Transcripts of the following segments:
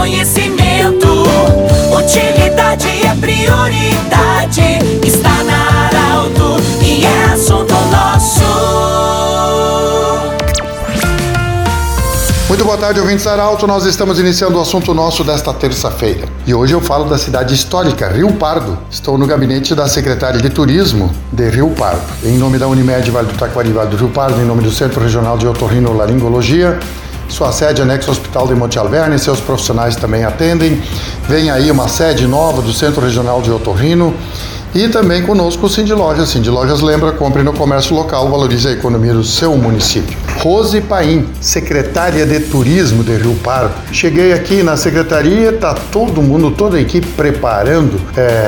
conhecimento. Utilidade é prioridade. Está na Arauto e é assunto nosso. Muito boa tarde, ouvintes Arauto. Nós estamos iniciando o assunto nosso desta terça-feira. E hoje eu falo da cidade histórica, Rio Pardo. Estou no gabinete da secretária de Turismo de Rio Pardo. Em nome da Unimed Vale do Taquari, Vale do Rio Pardo, em nome do Centro Regional de Otorrinolaringologia, sua sede anexo ao Hospital de Monte Alverne, seus profissionais também atendem. Vem aí uma sede nova do Centro Regional de Otorrino. E também conosco o Cindy Lojas. Cindy Lojas lembra, compre no comércio local, valorize a economia do seu município. Rose Paim, secretária de Turismo de Rio Pardo. Cheguei aqui na secretaria, tá todo mundo, toda a equipe preparando,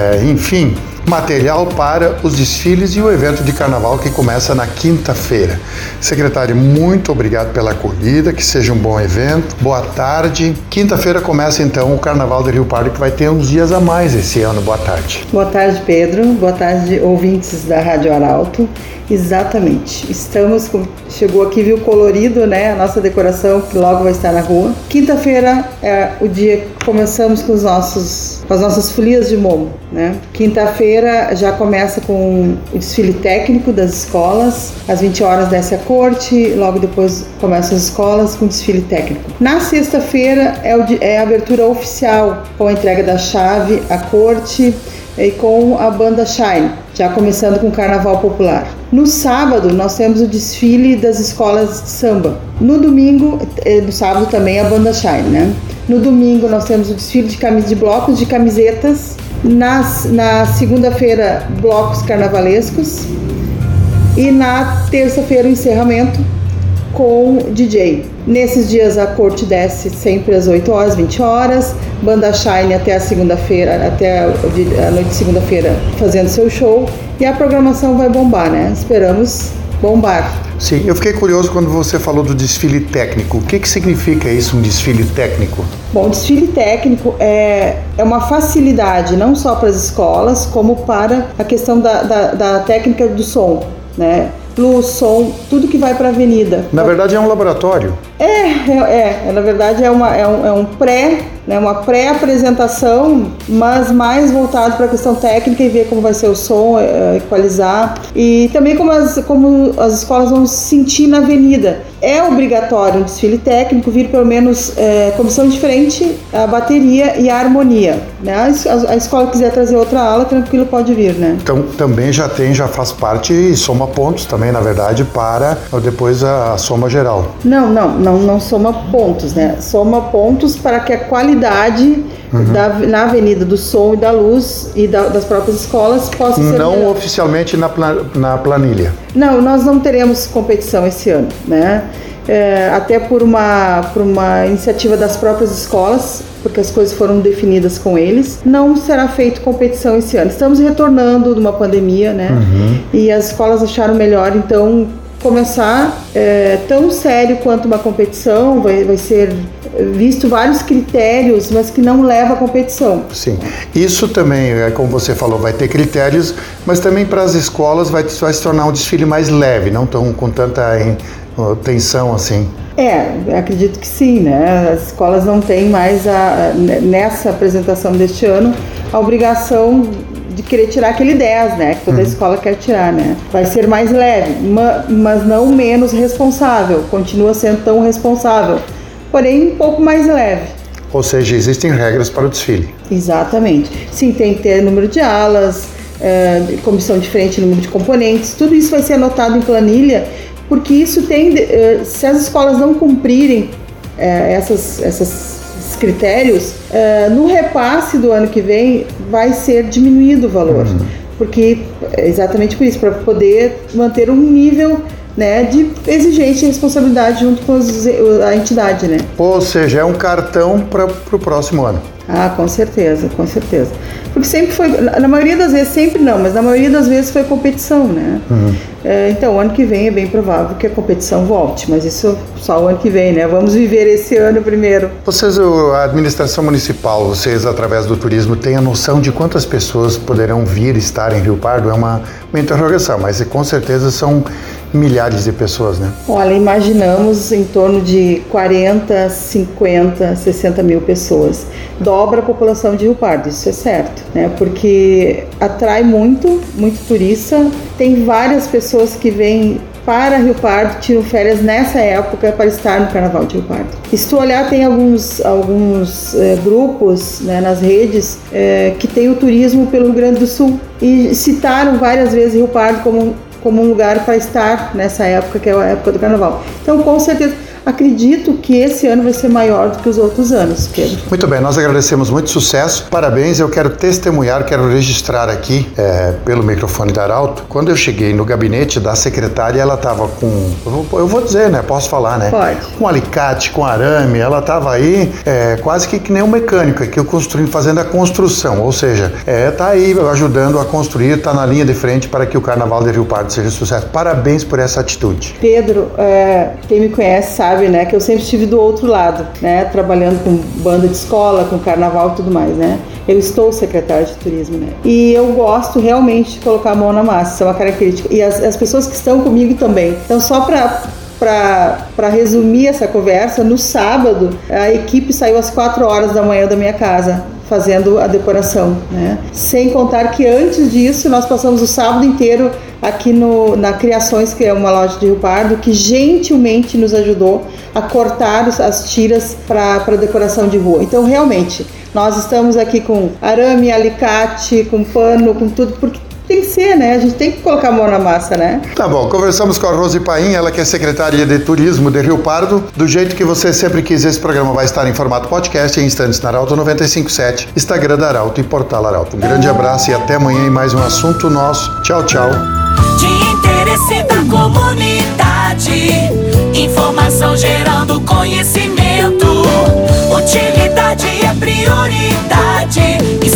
material para os desfiles e o evento de carnaval que começa na quinta-feira. Secretária, muito obrigado pela acolhida, que seja um bom evento. Boa tarde. Quinta-feira começa então o Carnaval de Rio Pardo, que vai ter uns dias a mais esse ano. Boa tarde. Boa tarde, Pedro. Boa tarde, ouvintes da Rádio Arauto. Exatamente. Chegou aqui, viu, colorido, né? A nossa decoração, que logo vai estar na rua. Quinta-feira é o dia que começamos com as nossas folias de momo, né? Quinta-feira já começa com o desfile técnico das escolas. Às 20 horas desce a corte, logo depois começam as escolas com desfile técnico. Na sexta-feira é a abertura oficial, com a entrega da chave à corte e com a banda Shine, já começando com o Carnaval Popular. No sábado, nós temos o desfile das escolas de samba. No domingo, no sábado também a banda Shine, né? No domingo, nós temos o desfile de blocos de camisetas. Na segunda-feira, blocos carnavalescos. E na terça-feira, o encerramento com DJ. Nesses dias, a corte desce sempre às 8 horas, 20 horas. Banda Shine até a segunda-feira, até a noite de segunda-feira, fazendo seu show. E a programação vai bombar, né? Esperamos bombar. Sim, eu fiquei curioso quando você falou do desfile técnico. O que significa isso, um desfile técnico? Bom, o desfile técnico é uma facilidade não só para as escolas, como para a questão da técnica do som, né? Luz, som, tudo que vai para a avenida. Na verdade é um laboratório. Na verdade é uma pré-apresentação, mas mais voltado para a questão técnica e ver como vai ser o som, equalizar, e também como as escolas vão se sentir na avenida. É obrigatório um desfile técnico vir pelo menos comissão de frente, a bateria e a harmonia, né? A escola quiser trazer outra ala, tranquilo, pode vir, né? Então também já faz parte e soma pontos também, na verdade, para depois a soma geral. Não soma pontos, né? Soma pontos para que a qualidade na avenida do som e da luz e das próprias escolas possa ser não melhor. Oficialmente na planilha. Não, nós não teremos competição esse ano, né? Até por uma iniciativa das próprias escolas, porque as coisas foram definidas com eles, não será feito competição esse ano. Estamos retornando de uma pandemia, né? E as escolas acharam melhor, então, começar tão sério quanto uma competição. Vai ser visto vários critérios, mas que não leva à competição. Sim, isso também, como você falou, vai ter critérios, mas também para as escolas vai se tornar um desfile mais leve, não tão com tanta tensão assim. Acredito que sim, né? As escolas não têm mais, nessa apresentação deste ano, a obrigação de querer tirar aquele 10, né? Que toda escola quer tirar, né? Vai ser mais leve, mas não menos responsável. Continua sendo tão responsável, porém um pouco mais leve. Ou seja, existem regras para o desfile. Exatamente. Sim, tem que ter número de alas, comissão de frente, número de componentes. Tudo isso vai ser anotado em planilha, porque isso se as escolas não cumprirem esses critérios, no repasse do ano que vem vai ser diminuído o valor, porque exatamente por isso, para poder manter um nível, né, de exigência e responsabilidade junto com a entidade, né? Ou seja, é um cartão para o próximo ano. Com certeza. Porque sempre foi, na maioria das vezes, sempre não, mas na maioria das vezes foi competição, né? Então, o ano que vem é bem provável que a competição volte, mas isso só o ano que vem, né? Vamos viver esse ano primeiro. Vocês, a administração municipal, vocês através do turismo, têm a noção de quantas pessoas poderão vir estar em Rio Pardo? É uma interrogação, mas com certeza são milhares de pessoas, né? Olha, imaginamos em torno de 40, 50, 60 mil pessoas. Dobra a população de Rio Pardo, isso é certo, né? Porque atrai muito turista. Tem várias pessoas que vêm para Rio Pardo, tiram férias nessa época para estar no Carnaval de Rio Pardo. E se tu olhar, tem alguns grupos, né, nas redes que tem o turismo pelo Rio Grande do Sul e citaram várias vezes Rio Pardo como um lugar para estar nessa época, que é a época do Carnaval. Então, com certeza, acredito que esse ano vai ser maior do que os outros anos, Pedro. Muito bem, nós agradecemos muito sucesso, parabéns. Eu quero testemunhar, quero registrar aqui pelo microfone da Arauto. Quando eu cheguei no gabinete da secretária, ela estava com, eu vou dizer, né? Posso falar, né? Pode. Com alicate, com arame, ela estava aí quase que nem um mecânico aqui, fazendo a construção, ou seja, tá aí ajudando a construir, tá na linha de frente para que o Carnaval de Rio Pardo seja sucesso. Parabéns por essa atitude. Pedro, quem me conhece sabe, né, que eu sempre estive do outro lado, né, trabalhando com banda de escola, com carnaval e tudo mais, né. Eu estou secretária de turismo, né, e eu gosto realmente de colocar a mão na massa, isso é uma característica, e as pessoas que estão comigo também. Então, só para resumir essa conversa, no sábado, a equipe saiu às 4 horas da manhã da minha casa, fazendo a decoração, né? Sem contar que antes disso nós passamos o sábado inteiro aqui na Criações, que é uma loja de Rio Pardo, que gentilmente nos ajudou a cortar as tiras para decoração de rua. Então, realmente, nós estamos aqui com arame, alicate, com pano, com tudo, porque tem que ser, né? A gente tem que colocar a mão na massa, né? Tá bom, conversamos com a Rose Paim, ela que é secretária de Turismo de Rio Pardo. Do jeito que você sempre quis, esse programa vai estar em formato podcast em instantes na Arauto 957, Instagram da Arauto e Portal Arauto. Um grande abraço e até amanhã em mais um assunto nosso. Tchau, tchau. De interesse da comunidade, informação gerando conhecimento. Utilidade é prioridade.